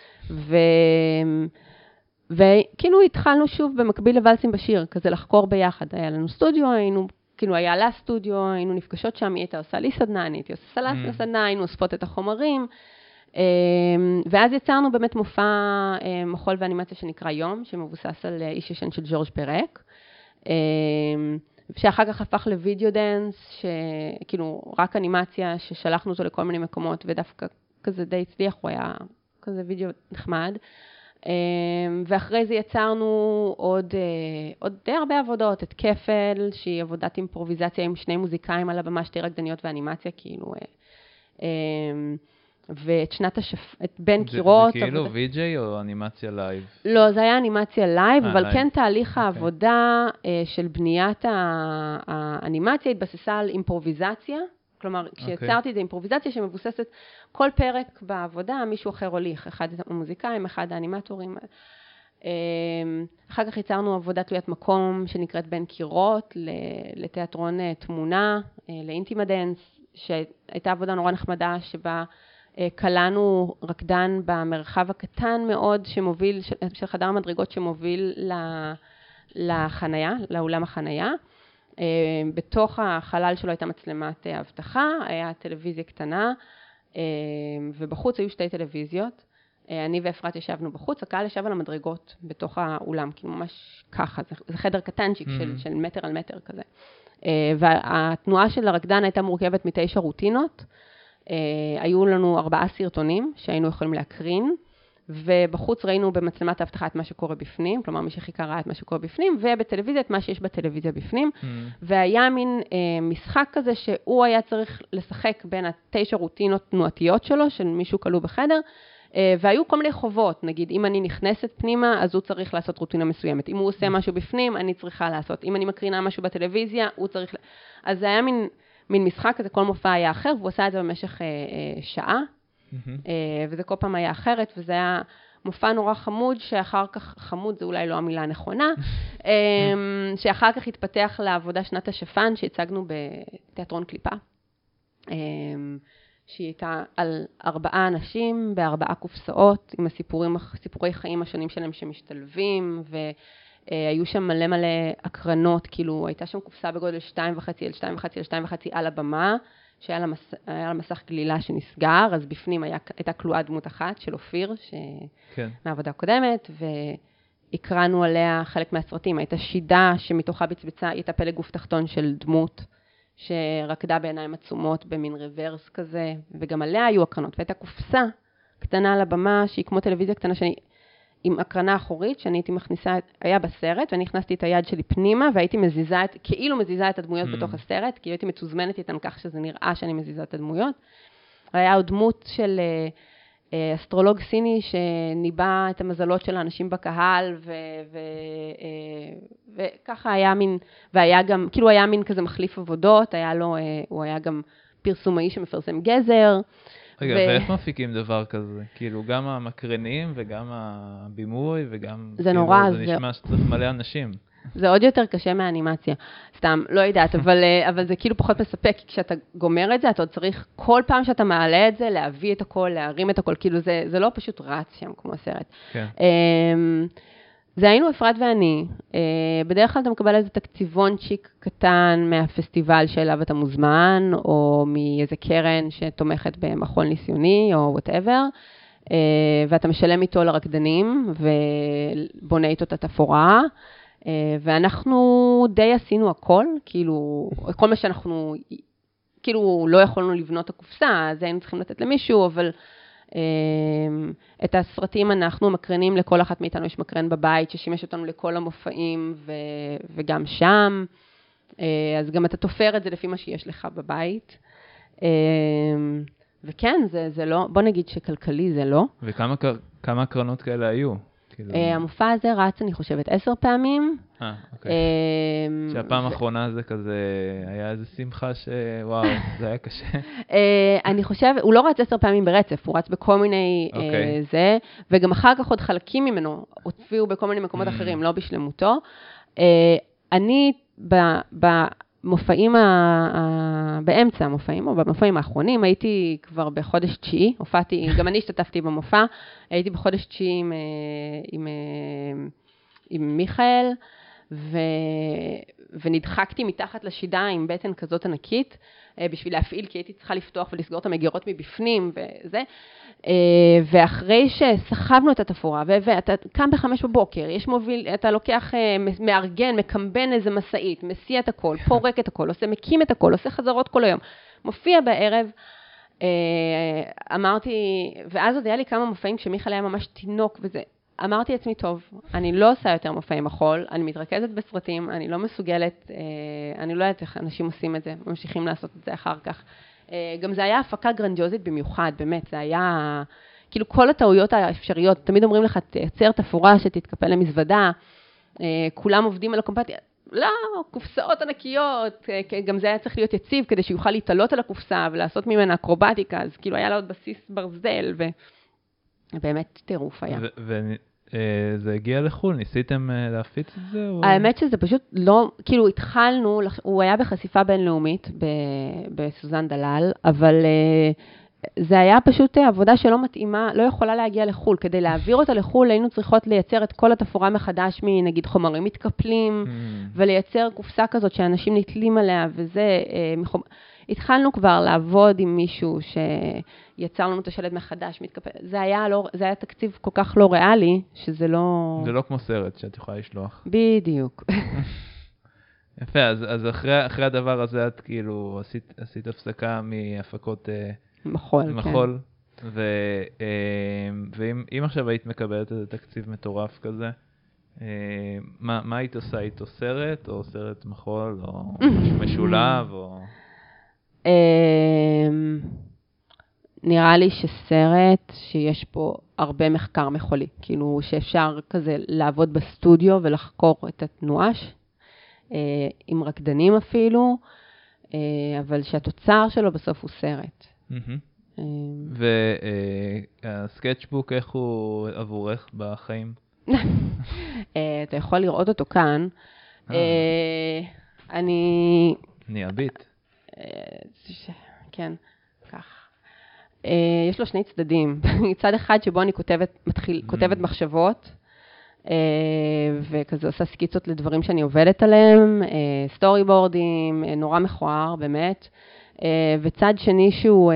וכאילו התחלנו שוב במקביל לוולסים בשיר, כזה לחקור ביחד. היה לנו סטודיו, כאילו היה לה סטודיו, היינו נפגשות שם, היא הייתה עושה לי סדנה, אני הייתי עושה סדנה, היינו אוספות את החומרים, ואז יצרנו באמת מופע מחול ואנימציה שנקרא יום, שמבוסס על איש ישן של ג'ורג' פרק, שאחר כך הפך לוידאו דנס, שכאילו רק אנימציה, ששלחנו אותו לכל מיני מקומות, ודווקא כזה די הצליח, הוא היה כזה וידאו נחמד. ואחרי זה יצרנו עוד די הרבה עבודות, את כפל, שהיא עבודת אימפרוביזציה עם 2 מוזיקאים על הבמה, 2 רקדניות ואנימציה, כאילו, ואת את בין קירות. זה כאילו ויג'יי או אנימציה לייב? לא, זה היה אנימציה לייב, אבל כן תהליך העבודה של בניית האנימציה התבססה על אימפרוביזציה, כלומר, כשיצרתי את זה אימפרוביזציה שמבוססת כל פרק בעבודה, מישהו אחר הוליך, אחד המוזיקאים, אחד האנימטורים. אחר כך יצרנו עבודה תלוית מקום שנקראת בין קירות, לתיאטרון תמונה, לאינטימה דנס, שהייתה עבודה נורא נחמדה שבה קלענו רקדן במרחב הקטן מאוד שמוביל, של חדר מדרגות שמוביל לחנייה, לאולם החנייה. בתוך החלל שלו הייתה מצלמת אבטחה, היה טלוויזיה קטנה, ובחוץ היו 2 טלוויזיות. אני ואפרת ישבנו בחוץ, הקהל ישב על המדרגות בתוך האולם, כאילו ממש ככה, זה חדר קטנצ'יק של מטר על מטר כזה. והתנועה של הרקדן הייתה מורכבת מ9 רוטינות, היו לנו 4 סרטונים שהיינו יכולים להקרין, ובחוץ ראינו במצלמת ההבטחה את מה שקורה בפנים, כלומר מי שחיכה ראה את מה שקורה בפנים, ובטלוויזיה את מה שיש בטלוויזיה בפנים, והיה מין משחק כזה שהוא היה צריך לשחק בין 9 רוטינות תנועתיות שלו, של מישהו כלוא בחדר, והיו כל מיני חובות, נגיד אם אני נכנסת פנימה, אז הוא צריך לעשות רוטינה מסוימת, אם הוא עושה משהו בפנים, אני צריכה לעשות, אם אני מקרינה משהו בטלוויזיה, הוא צריך... אז זה היה מין משחק כזה, כל מופע היה אחר, והוא עשה את זה במשך שעה, וזה כל פעם היה אחרת, וזה היה מופע נורא חמוד, שאחר כך, חמוד זה אולי לא המילה הנכונה, שאחר כך התפתח לעבודה שנת השפן, שהצגנו בתיאטרון קליפה, שהיא הייתה על 4 אנשים, ב4 קופסאות, עם סיפורי חיים השונים שלהם שמשתלבים, והיו שם מלא הקרנות, כאילו הייתה שם קופסה בגודל 2.5 על 2.5 על 2.5 על הבמה, שהיה לה מסך גלילה שנסגר, אז בפנים הייתה כלואה דמות אחת של אופיר, מהעבודה הקודמת, והקראנו עליה חלק מהסרטים. הייתה שידה שמתוכה בצבצה, הייתה פלג גוף תחתון של דמות, שרקדה בעיניים עצומות במין רוורס כזה, וגם עליה היו הקרנות. והייתה קופסה קטנה על הבמה, שהיא כמו טלוויזיה קטנה, עם הקרנה אחורית, שאני הייתי מכניסה, היה בסרט, ואני הכנסתי את היד שלי פנימה, והייתי כאילו מזיזה את הדמויות בתוך הסרט, כי הייתי מתוזמנת איתן כך שזה נראה שאני מזיזה את הדמויות. היה עוד דמות של אסטרולוג סיני, שניבא את המזלות של האנשים בקהל, וככה היה מין, והיה גם, כאילו היה מין כזה מחליף עבודות, הוא היה גם פרסומאי שמפרסם גזר, רגע, ואיך מפיקים דבר כזה? כאילו, גם המקרנים וגם הבימוי וגם... זה נורא, זה נשמע שצריך מלא אנשים. זה עוד יותר קשה מהאנימציה. סתם, לא יודעת, אבל זה כאילו פחות מספק, כי כשאתה גומר את זה, אתה עוד צריך כל פעם שאתה מעלה את זה, להביא את הכל, להרים את הכל, כאילו זה לא פשוט רץ שם כמו הסרט. כן. זה היינו אפרת ואני. בדרך כלל אתה מקבל איזה תקציבונצ'יק קטן מהפסטיבל שאליו אתה מוזמן, או מאיזה קרן שתומכת במכון ניסיוני, או whatever, ואתה משלם איתו לרקדנים, ובונה איתו את התפאורה, ואנחנו די עשינו הכל, כאילו, כל מה שאנחנו, כאילו, לא יכולנו לבנות את הקופסה, אז היינו צריכים לתת למישהו, אבל את הסרטים אנחנו מקרנים, לכל אחת מאיתנו יש מקרן בבית, ששימש אותנו לכל המופעים, וגם שם, אז גם אתה תופר את זה לפי מה שיש לך בבית, וכן, זה לא, בוא נגיד שכלכלי זה לא. וכמה הקרנות כאלה היו? המופע הזה רץ, אני חושבת, 10 פעמים. אוקיי. שהפעם האחרונה זה כזה, היה איזה שמחה שוואו, זה היה קשה. אני חושבת, הוא לא רץ 10 פעמים ברצף, הוא רץ בכל מיני זה, וגם אחר כך עוד חלקים ממנו הופיעו בכל מיני מקומות אחרים, לא בשלמותו. אני במופעים, באמצע המופעים, או במופעים האחרונים, הייתי כבר בחודש 9, הופעתי, גם אני השתתפתי במופע, הייתי בחודש 9 עם מיכאל, ונדחקתי מתחת לשידה עם בטן כזאת ענקית, בשביל להפעיל, כי הייתי צריכה לפתוח ולסגור את המגירות מבפנים וזה, ואחרי שסחבנו את התפאורה, ואתה קם ב5 בבוקר, יש מוביל, אתה לוקח, מארגן, מקמבן איזה מסעית, מסיע את הכל, פורק את הכל, מקים את הכל, עושה חזרות כל היום, מופיע בערב, אמרתי, ואז עוד היה לי כמה מופעים, כשמיכל היה ממש תינוק וזה, אמרתי לעצמי, טוב, אני לא עושה יותר מופעי מחול, אני מתרכזת בסרטים, אני לא מסוגלת, אני לא יודעת איך אנשים עושים את זה, ממשיכים לעשות את זה אחר כך. גם זה היה הפקה גרנדיוזית במיוחד, באמת, זה היה, כאילו כל הטעויות האפשריות, תמיד אומרים לך, תייצר תפאורה שתתקפל למזוודה, כולם עובדים על הקומפתיה, לא, קופסאות ענקיות, גם זה היה צריך להיות יציב, כדי שיוכל להתעלות על הקופסה ולעשות ממנה אקרובטיקה, אז כאילו היה לה עוד בסיס ברזל, ובאמת טירוף היה. זה הגיע לחול, ניסיתם להפיץ את זה? האמת שזה פשוט לא, כאילו התחלנו, הוא היה בחשיפה בינלאומית בסוזן דלל, אבל זה היה פשוט עבודה שלא מתאימה, לא יכולה להגיע לחול. כדי להעביר אותה לחול, היינו צריכות לייצר את כל התפאורה מחדש מנגיד חומרים מתקפלים, ולייצר קופסה כזאת שאנשים נתלים עליה, וזה, התחלנו כבר לעבוד עם מישהו שיצר לנו את השלד מחדש, מתקפל. זה היה תקציב כל כך לא ריאלי, שזה לא... זה לא כמו סרט שאת יכולה לשלוח. בדיוק. יפה, אז אחרי הדבר הזה את כאילו עשית הפסקה מהפקות מחול, כן. ואם עכשיו היית מקבלת איזה תקציב מטורף כזה, מה היית עושה? היית סרט או סרט מחול או משולב או... נראה לי שסרט שיש פה הרבה מחקר מחולי, כאילו שאפשר כזה לעבוד בסטודיו ולחקור את התנועה, עם רקדנים אפילו, אבל שהתוצר שלו בסוף הוא סרט. והסקטשבוק, איך הוא עבורך בחיים? אתה יכול לראות אותו כאן. אני אביט. כן, כך. יש לו שני צדדים. צד אחד שבו אני כותבת מחשבות, וכזה עושה סקיצות לדברים שאני עובדת עליהם, סטורי בורדים, נורא מכוער באמת, וצד שני שהוא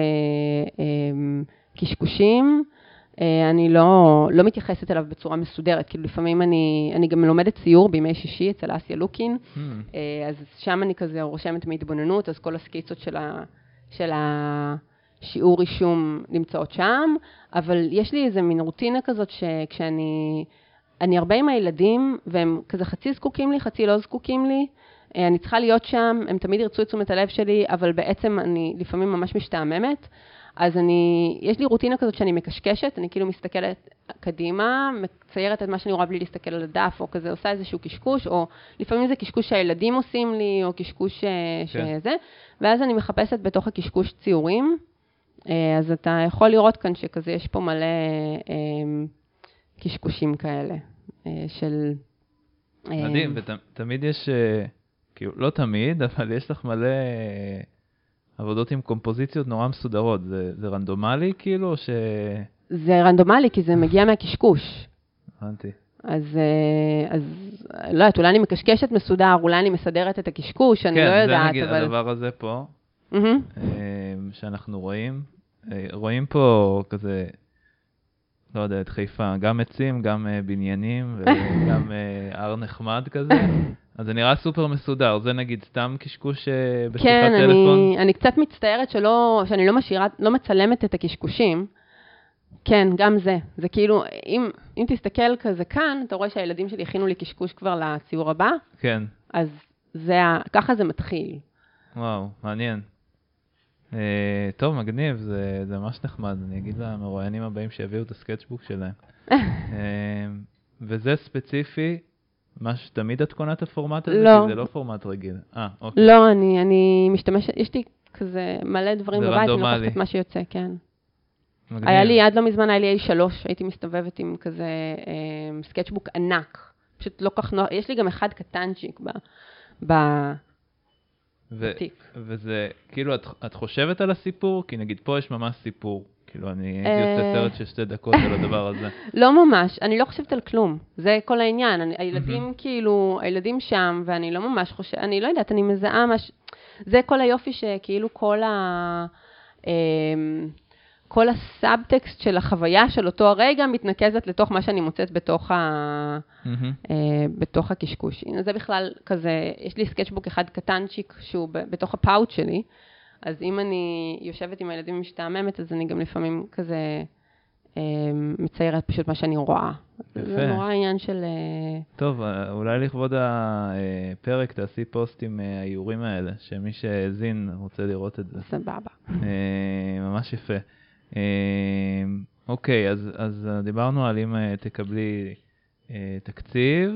קשקושים, אני לא מתייחסת אליו בצורה מסודרת, כאילו לפעמים אני גם לומדת ציור בימי שישי אצל אסיה לוקין, אז שם אני כזה רושמת מהתבוננות, אז כל הסקיצות של השיעור רישום נמצאות שם, אבל יש לי איזה מין רוטינה כזאת שכשאני הרבה עם הילדים, והם כזה חצי זקוקים לי, חצי לא זקוקים לי, אני צריכה להיות שם, הם תמיד ירצו את תשומת הלב שלי, אבל בעצם אני לפעמים ממש משתעממת, אז יש לי רוטינה כזאת שאני מקשקשת, אני כאילו מסתכלת קדימה, מציירת את מה שאני רואה בלי להסתכל על הדף, או כזה עושה איזשהו קשקוש, או לפעמים זה קשקוש שהילדים עושים לי, או קשקוש שזה, ואז אני מחפשת בתוך הקשקוש ציורים, אז אתה יכול לראות כאן שכזה יש פה מלא קשקושים כאלה של... מדהים, ותמיד יש, כאילו, לא תמיד, אבל יש לך מלא עבודות עם קומפוזיציות נורא מסודרות. זה רנדומלי כאילו, או ש... זה רנדומלי, כי זה מגיע מהקשקוש. הבנתי. אז לא יודעת, אולי אני מקשקשת מסודר, אולי אני מסדרת את הקשקוש, אני לא יודעת, אבל... כן, זה נגיד הדבר הזה פה, שאנחנו רואים פה כזה, לא יודע, את חיפה, גם עצים, גם בניינים, וגם הר נחמד כזה. אז זה נראה סופר מסודר, זה נגיד סתם קשקוש בשיחת טלפון? כן, אני קצת מצטערת שאני לא מצלמת את הקשקושים. כן, גם זה. זה כאילו, אם תסתכל כזה כאן, אתה רואה שהילדים שלי הכינו לי קשקוש כבר לציור הבא. כן. אז ככה זה מתחיל. וואו, מעניין. טוב, מגניב, זה ממש נחמד. אני אגיד למרואיינים הבאים שיביאו את הסקטשבוק שלהם. וזה ספציפי, מה שתמיד את קונה את הפורמט הזה? לא. כי זה לא פורמט רגיל. אוקיי. לא, אני משתמשת, יש לי כזה מלא דברים בבית, אני לוקחת את מה שיוצא, כן. מגניב. היה לי, עד לא מזמן היה לי A3, הייתי מסתובבת עם כזה סקטשבוק ענק. פשוט לא כך נוח, יש לי גם אחד קטנצ'יק בתיק. וזה, כאילו, את חושבת על הסיפור? כי נגיד פה יש ממש סיפור. כאילו, אני הייתי עושה סרט של 2 דקות על הדבר הזה. לא ממש, אני לא חושבת על כלום. זה כל העניין. הילדים כאילו, הילדים שם, ואני לא ממש חושבת, אני לא יודעת, אני מזהה זה כל היופי שכאילו כל הסאבטקסט של החוויה של אותו הרגע מתנקזת לתוך מה שאני מוצאת בתוך הקשקוש. הנה, זה בכלל כזה, יש לי סקטשבוק אחד קטנצ'יק שהוא בתוך הפאוט שלי, אז אם אני יושבת עם הילדים משתעממת, אז אני גם לפעמים כזה מציירת פשוט מה שאני רואה. יפה. זה נורא עניין של... טוב, אולי לכבוד הפרק תעשי פוסט עם האיורים האלה, שמי שהזין רוצה לראות את זה. סבבה. ממש יפה. אוקיי, אז דיברנו על אם תקבלי תקציב,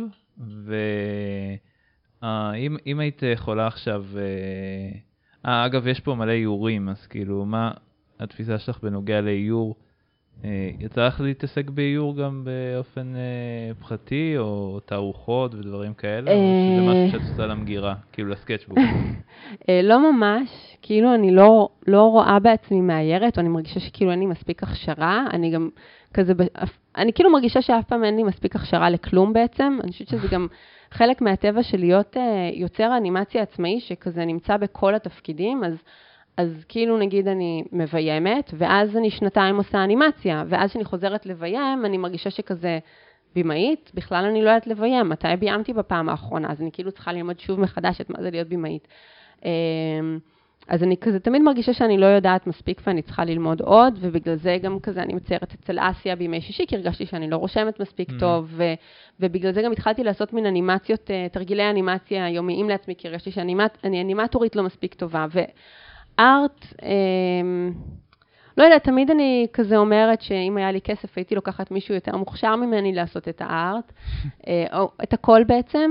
ואם היית יכולה עכשיו... אגב, יש פה מלא איורים, אז כאילו, מה התפיסה שלך בנוגע לאיור? יצא לך להתעסק באיור גם באופן פרטי, או תערוכות ודברים כאלה? או שזה משהו שאת עושה למגירה, כאילו לסקטשבוק? לא ממש, כאילו אני לא רואה בעצמי מאיירת, או אני מרגישה שכאילו אין לי מספיק הכשרה, אני גם כזה, אני כאילו מרגישה שאף פעם אין לי מספיק הכשרה לכלום בעצם, אני חושבת שזה גם חלק מהטבע של להיות יוצר אנימציה עצמאי, שכזה נמצא בכל התפקידים, אז כאילו נגיד אני מביימת, ואז אני 2 עושה אנימציה, ואז שאני חוזרת לביים, אני מרגישה שכזה בימאית, בכלל אני לא יודעת לביים, מתי ביימתי בפעם האחרונה, אז אני כאילו צריכה ללמוד שוב מחדש את מה זה להיות בימאית. אז אני כזה תמיד מרגישה שאני לא יודעת מספיק ואני צריכה ללמוד עוד, ובגלל זה גם כזה אני מציירת אצל אסיה בימי שישי, כי הרגשתי שאני לא רושמת מספיק טוב, ובגלל זה גם התחלתי לעשות מין אנימציות, תרגילי אנימציה יומיים לעצמי, כי הרגשתי שאני אנימטורית לא מספיק טובה, ארט, לא יודעת, תמיד אני כזה אומרת שאם היה לי כסף, הייתי לוקחת מישהו יותר מוכשר ממני לעשות את הארט, או את הכל בעצם,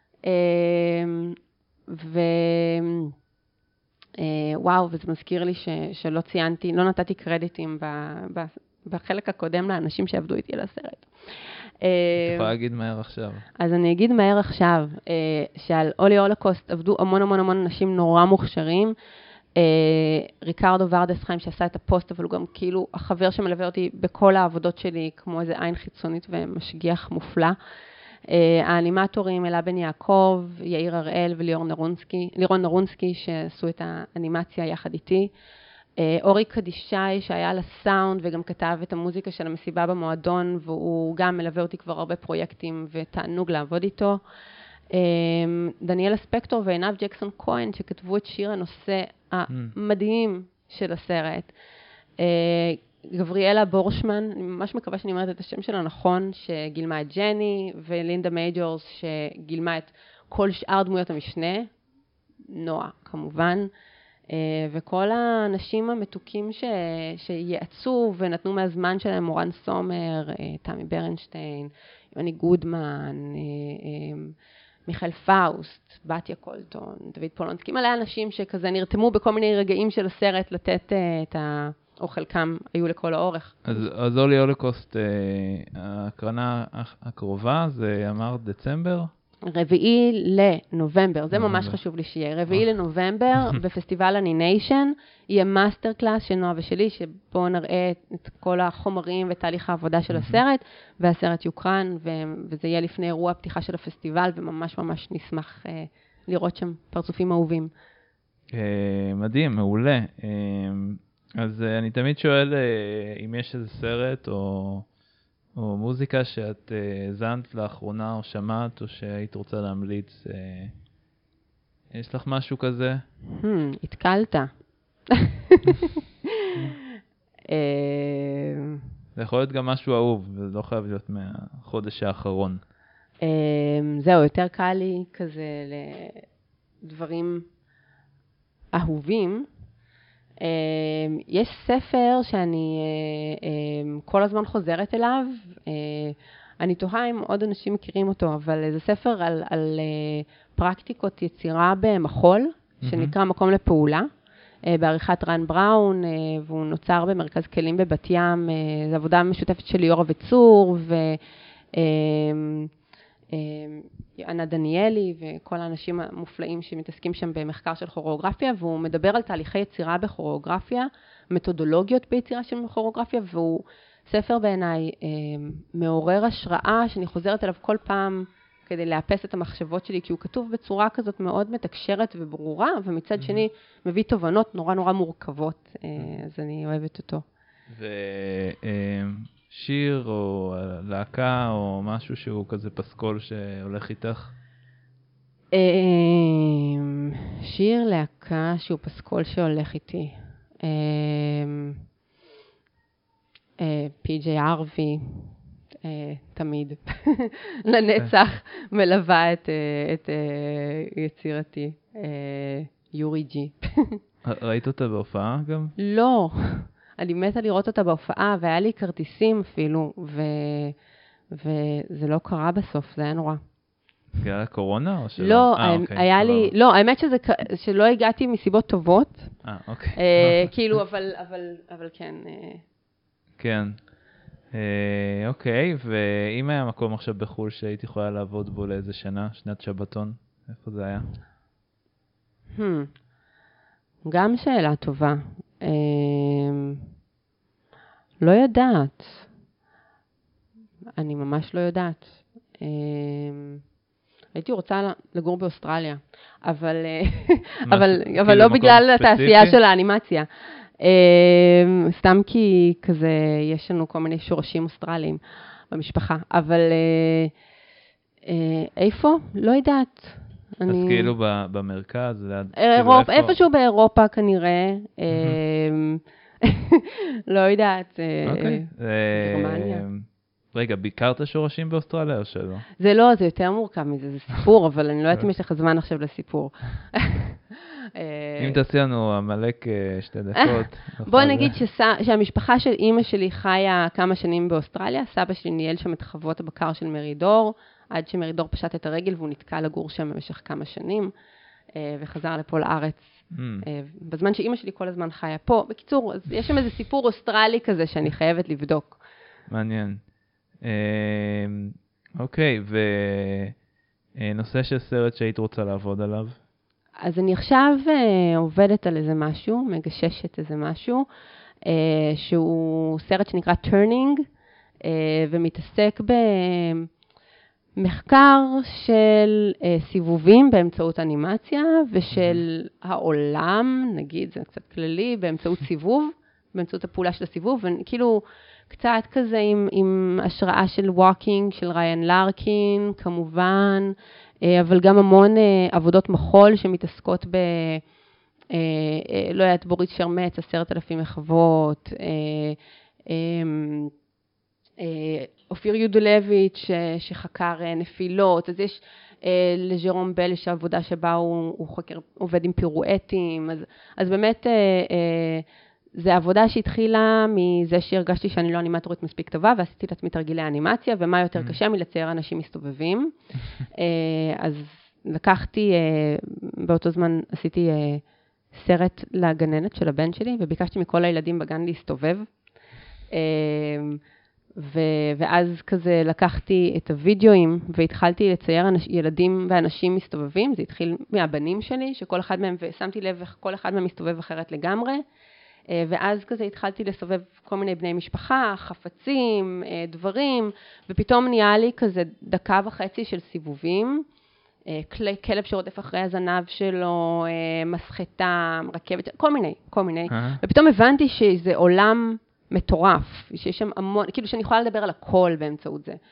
וואו, וזה מזכיר לי שלא ציינתי, לא נתתי קרדיטים בחלק הקודם לאנשים שעבדו איתי על הסרט. את יכולה להגיד מהר עכשיו. אז אני אגיד מהר עכשיו, שעל אולי הולוקוסט עבדו המון המון המון אנשים נורא מוכשרים, ריקרדו ורדס חיים שעשה את הפוסט, אבל הוא גם כאילו החבר שמלווה אותי בכל העבודות שלי, כמו איזה עין חיצונית ומשגיח מופלא. האנימטורים אלה בן יעקב, יאיר הראל ולירון נרונסקי שעשו את האנימציה יחד איתי. אורי קדישי שהיה על הסאונד וגם כתב את המוזיקה של המסיבה במועדון, והוא גם מלווה אותי כבר הרבה פרויקטים ותענוג לעבוד איתו. דניאלה ספקטור ועינב ג'קסון כהן שכתבו את שיר הנושא המדהים של הסרט. גבריאלה בורשמן, אני ממש מקווה שאני אומרת את השם שלה נכון, שגילמה את ג'ני, ולינדה מייג'ורס שגילמה את כל שאר דמויות המשנה, נועה כמובן, וכל האנשים המתוקים שיעצו ונתנו מהזמן שלהם, מורן סומר, תמי ברנשטיין, יוני גודמן, מיכאל פאוסט, בתיה קולטון, דוד פולונסקי, מלא אנשים שכזה נרתמו בכל מיני רגעים של הסרט לתת את או חלקם היו לכל האורך. אז אולי הולוקוסט, ההקרנה הקרובה, זה אמר דצמבר? 4 לנובמבר, זה ממש חשוב לי שיהיה. 4 לנובמבר, בפסטיבל אניניישן, יהיה מאסטר קלאס של נועה ושלי, שבו נראה את כל החומרים ותהליך העבודה של הסרט, והסרט יוקרן, וזה יהיה לפני אירוע הפתיחה של הפסטיבל, וממש ממש נשמח לראות שם פרצופים אהובים. מדהים, מעולה. אז אני תמיד שואל אם יש איזה סרט או מוזיקה שאת זנת לאחרונה או שמעת או שהיית רוצה להמליץ. יש לך משהו כזה? התקלת. זה יכול להיות גם משהו אהוב, זה לא חייב להיות מהחודש האחרון. זהו, יותר קל לי כזה לדברים אהובים. יש ספר שאני כל הזמן חוזרת אליו, אני תוהה אם עוד אנשים מכירים אותו, אבל זה ספר על פרקטיקות יצירה במחול, שנקרא מקום לפעולה, בעריכת רן בראון, והוא נוצר במרכז כלים בבת ים, זו עבודה משותפת של ליאורה וצור, ענה דניאלי וכל האנשים המופלאים שמתעסקים שם במחקר של כוריאוגרפיה, והוא מדבר על תהליכי יצירה בכוריאוגרפיה, מתודולוגיות ביצירה של כוריאוגרפיה, והוא ספר בעיניי מעורר השראה שאני חוזרת אליו כל פעם כדי לאפס את המחשבות שלי, כי הוא כתוב בצורה כזאת מאוד מתקשרת וברורה, ומצד שני מביא תובנות נורא נורא מורכבות, אז אני אוהבת אותו. שיר או להקה או משהו שהוא כזה פסקול שהולך איתך? שיר, להקה שהוא פסקול שהולך איתי. פי.ג'יי ארווי, תמיד. לנצח מלווה את יצירתי. יורי ג'י. ראית אותה בהופעה גם? לא. אני מתה לראות אותה בהופעה, והיה לי כרטיסים אפילו, וזה לא קרה בסוף, זה היה נורא. בגלל הקורונה או שלא? לא, היה לי, לא, האמת שלא הגעתי מסיבות טובות. אוקיי. כאילו, אבל כן. כן. אוקיי, ואם היה מקום עכשיו בחול שהיית יכולה לעבוד בו לאיזה שנה, שנת שבתון, איפה זה היה? גם שאלה טובה. לא יודעת. אני ממש לא יודעת. הייתי רוצה לגור באוסטרליה, אבל לא בגלל התעשייה של האנימציה. סתם כי כזה יש לנו כל מיני שורשים אוסטרליים במשפחה, אבל איפה? לא יודעת. אז כאילו במרכז, איפשהו באירופה כנראה, לא יודעת, גרמניה. רגע, ביקרת שורשים באוסטרליה או שלא? זה לא, זה יותר מורכב מזה, זה סיפור, אבל אני לא יודעת אם יש לך זמן עכשיו לסיפור. אם תעשי לנו המלאק 2 דקות. בוא נגיד שהמשפחה של אימא שלי חיה כמה שנים באוסטרליה, סבא שלי ניהל שם את חוות הבקר של מרידור, עד שמרידור פשט את הרגל והוא נתקע לגור שם במשך כמה שנים, וחזר לפה לארץ, בזמן שאימא שלי כל הזמן חיה פה. בקיצור, אז יש שם איזה סיפור אוסטרלי כזה שאני חייבת לבדוק. מעניין. אוקיי, ונושא של סרט שהיית רוצה לעבוד עליו? אז אני עכשיו עובדת על איזה משהו, מגששת איזה משהו, שהוא סרט שנקרא Turning, ומתעסק במחקר של סיבובים באמצעות אנימציה, ושל העולם, נגיד, זה קצת כללי, באמצעות סיבוב, באמצעות הפעולה של הסיבוב, וכאילו קצת כזה עם השראה של ווקינג, של ריין לארקין, כמובן, אבל גם המון עבודות מחול שמתעסקות לא יודעת, בורית שרמץ, 10,000 מחוות, אופיר יודולביץ' שחקר נפילות, אז יש לג'רום בל יש עבודה שבה הוא חוקר, עובד עם פירואטים, אז באמת זה עבודה שהתחילה מזה שהרגשתי שאני לא אנימטורית מספיק טובה, ועשיתי לעצמי תרגילי אנימציה, ומה יותר קשה מלצייר אנשים מסתובבים. אז לקחתי, באותו זמן עשיתי סרט לגננת של הבן שלי, וביקשתי מכל הילדים בגן להסתובב. ואז כזה לקחתי את הוידאוים, והתחלתי לצייר ילדים ואנשים מסתובבים. זה התחיל מהבנים שלי, שכל אחד מהם, ושמתי לב איך כל אחד מהם מסתובב אחרת לגמרי. ואז כזה התחלתי לסובב כל מיני בני משפחה, חפצים, דברים, ופתאום נהיה לי כזה 1.5 דקה של סיבובים, כלב שרודף אחרי הזנב שלו, מסחטה, רכבת, כל מיני. ופתאום הבנתי שזה עולם מטורף, שיש שם המון, כאילו שאני יכולה לדבר על הכל באמצעות זה.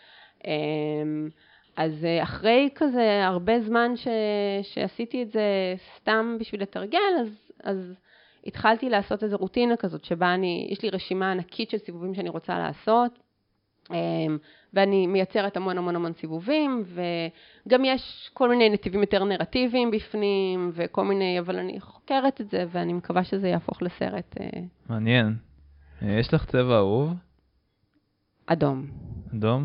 אז אחרי כזה הרבה זמן שעשיתי את זה סתם בשביל לתרגל, אז התחלתי לעשות איזו רוטינה כזאת, שבה יש לי רשימה ענקית של סיבובים שאני רוצה לעשות, ואני מייצרת המון סיבובים, וגם יש כל מיני נתיבים יותר נרטיביים בפנים, וכל מיני, אבל אני חוקרת את זה, ואני מקווה שזה יהפוך לסרט. מעניין. יש לך צבע אהוב? אדום. אדום?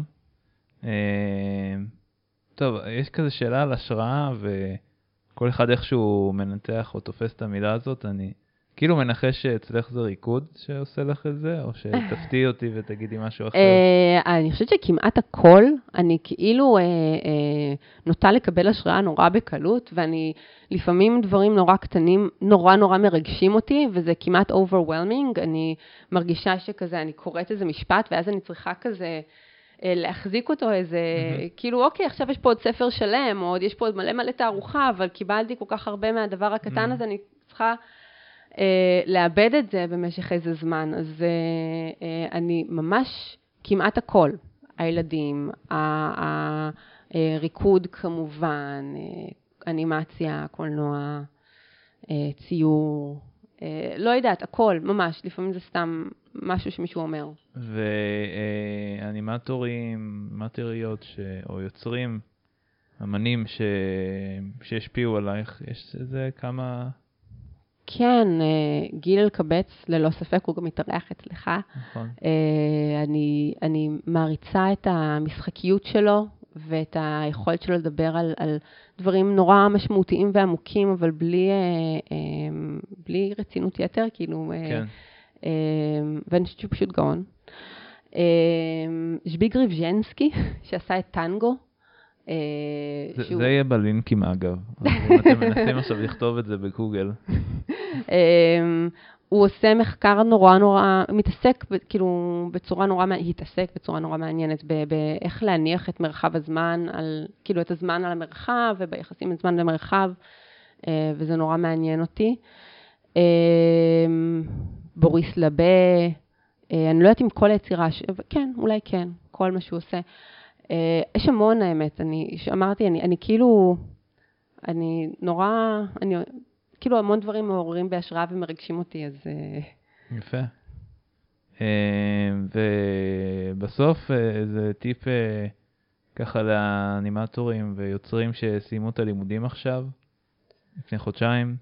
טוב, יש כזה שאלה על השראה, וכל אחד איכשהו מנתח או תופס את המילה הזאת, אני כאילו מנחש שאצלך זה ריקוד שעושה לך את זה, או שתפתיע אותי ותגידי משהו אחר? אני חושבת שכמעט הכל, אני כאילו נוטה לקבל השראה נורא בקלות, ואני לפעמים דברים נורא קטנים, נורא מרגשים אותי, וזה כמעט overwhelming. אני מרגישה שכזה, אני קוראת איזה משפט, ואז אני צריכה כזה להחזיק אותו איזה, כאילו אוקיי, עכשיו יש פה עוד ספר שלם, או עוד יש פה עוד מלא תערוכה, אבל קיבלתי כל כך הרבה מהדבר הקטן הזה, אני צריכה לאבד את זה במשך איזה זמן. אז אני ממש כמעט הכל, הילדים, הריקוד כמובן, אנימציה, קולנוע, ציור, לא יודעת, הכל, ממש, לפעמים זה סתם משהו שמישהו אומר. ואנימטורים, מטריות או יוצרים, אמנים שהשפיעו עלייך, יש איזה כמה... כן, גיל אלקבץ, ללא ספק, הוא גם מתארח אצלך. נכון. אני מעריצה את המשחקיות שלו, ואת היכולת שלו לדבר על דברים נורא משמעותיים ועמוקים, אבל בלי רצינות יתר, כאילו, כן. ואני חושבת שהוא פשוט גאון. ז'ביג ריבז'נסקי, שעשה את טנגו. זה יהיה בלינקים אגב, אם אתם מנסים עכשיו לכתוב את זה בגוגל. הוא עושה מחקר נורא, מתעסק כאילו בצורה נורא מעניינת, באיך להניח את מרחב הזמן, כאילו את הזמן על המרחב, וביחסים את זמן למרחב, וזה נורא מעניין אותי. בוריס לבה, אני לא יודעת אם כל היצירה, כן, אולי כן, כל מה שהוא עושה. יש המון האמת, אמרתי, אני כאילו, אני נורא, כאילו המון דברים מעוררים בהשראה ומרגשים אותי, אז... יפה. ובסוף זה טיפ ככה לאנימטורים ויוצרים שסיימו את הלימודים עכשיו, לפני חודשיים.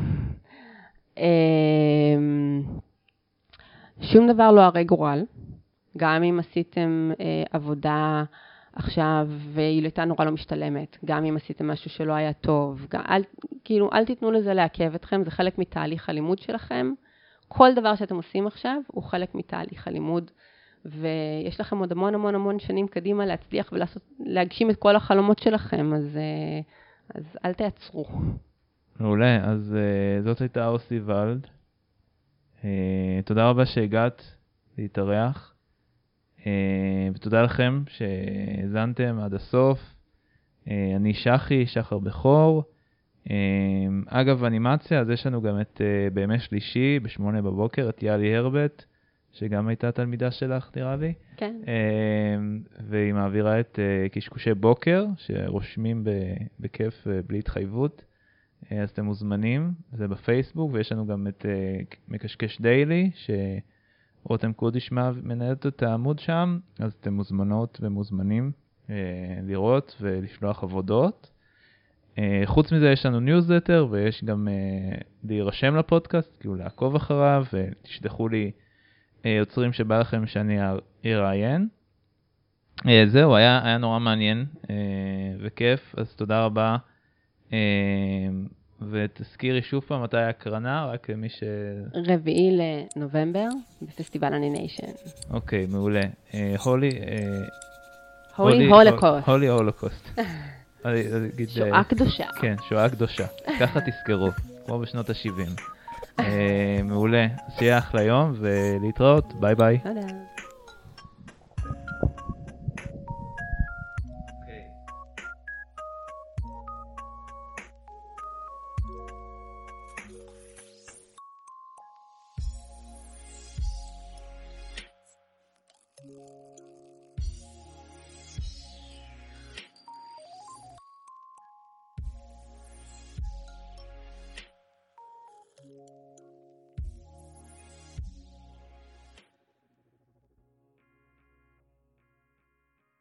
שום דבר לא הרי גורל. גם אם עשיתם עבודה עכשיו והיא הייתה נורא לא משתלמת, גם אם עשיתם משהו שלא היה טוב, כאילו אל תיתנו לזה לעכב אתכם, זה חלק מתהליך הלימוד שלכם. כל דבר שאתם עושים עכשיו הוא חלק מתהליך הלימוד, ויש לכם עוד המון שנים קדימה להצליח ולהגשים את כל החלומות שלכם, אז אל תעצרו. מעולה, אז זאת הייתה אוסי ולד. תודה רבה שהגעת להתארח. ותודה לכם שהזנתם עד הסוף. אני שחר בכור. אגב אנימציה, אז יש לנו גם את בימי שלישי ב8 בבוקר את יאלי הרבט, שגם הייתה תלמידה שלך נראה לי. כן. והיא מעבירה את קשקושי בוקר שרושמים בכיף בלי התחייבות. אז אתם מוזמנים, זה בפייסבוק, ויש לנו גם את מקשקש דיילי, רותם קודיש מנהלת את העמוד שם, אז אתם מוזמנות ומוזמנים לראות ולשלוח עבודות. חוץ מזה יש לנו ניוזלטר, ויש גם להירשם לפודקאסט, כאילו לעקוב אחריו, ותשלחו לי יוצרים שבא לכם שאני אראיין. זהו, היה נורא מעניין וכיף, אז תודה רבה. ותזכירי שוב פעם מתי ההקרנה, רק למי 4 לנובמבר, בפסטיבל אניניישן. אוקיי, מעולה. הולי הולוקוסט. הולי הולוקוסט. שואה קדושה. כן, שואה קדושה. ככה תזכרו, כמו בשנות ה-70. מעולה. שיהיה אחלה יום, ולהתראות. ביי ביי. תודה.